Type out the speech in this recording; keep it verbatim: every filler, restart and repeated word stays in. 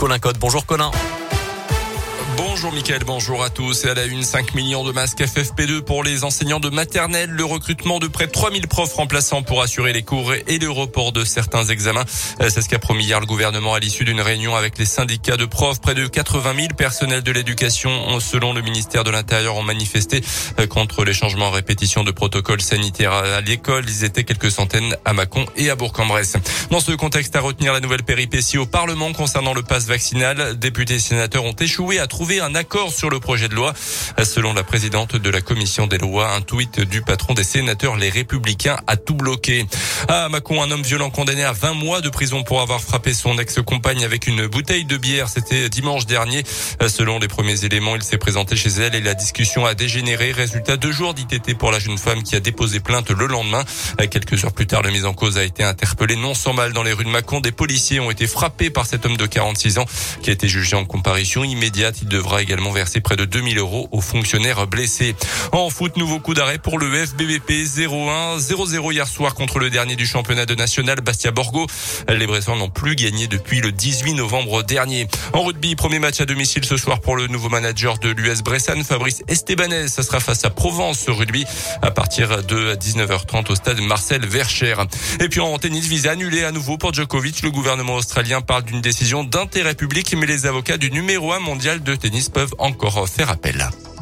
Colin Cotte. Bonjour Colin. Bonjour Mickaël, bonjour à tous. Et à la une, cinq millions de masques F F P deux pour les enseignants de maternelle. Le recrutement de près de trois mille profs remplaçants pour assurer les cours et le report de certains examens. C'est ce qu'a promis hier le gouvernement à l'issue d'une réunion avec les syndicats de profs. Près de quatre-vingt mille personnels de l'éducation, selon le ministère de l'Intérieur, ont manifesté contre les changements en répétition de protocoles sanitaires à l'école. Ils étaient quelques centaines à Mâcon et à Bourg-en-Bresse. Dans ce contexte, à retenir la nouvelle péripétie au Parlement concernant le pass vaccinal. Députés et sénateurs ont échoué à trouver un accord sur le projet de loi. Selon la présidente de la commission des lois, un tweet du patron des sénateurs Les Républicains a tout bloqué. À Mâcon, un homme violent condamné à vingt mois de prison pour avoir frappé son ex-compagne avec une bouteille de bière. C'était dimanche dernier. Selon les premiers éléments, il s'est présenté chez elle et la discussion a dégénéré. Résultat, deux jours d'I T T pour la jeune femme qui a déposé plainte le lendemain. Quelques heures plus tard, le mis en cause a été interpellé non sans mal dans les rues de Mâcon. Des policiers ont été frappés par cet homme de quarante-six ans qui a été jugé en comparution immédiate. Il devra également verser près de deux mille euros aux fonctionnaires blessés. En foot, nouveau coup d'arrêt pour le F B B P. zéro un zéro zéro hier soir contre le dernier du championnat de national, Bastia Borgo. Les Bressans n'ont plus gagné depuis le dix-huit novembre dernier. En rugby, premier match à domicile ce soir pour le nouveau manager de l'U S Bressan, Fabrice Estebanez. Ça sera face à Provence Rugby à partir de dix-neuf heures trente au stade Marcel Vercher. Et puis en tennis, visa annulé à nouveau pour Djokovic. Le gouvernement australien parle d'une décision d'intérêt public, mais les avocats du numéro un mondial de tennis peuvent encore faire appel.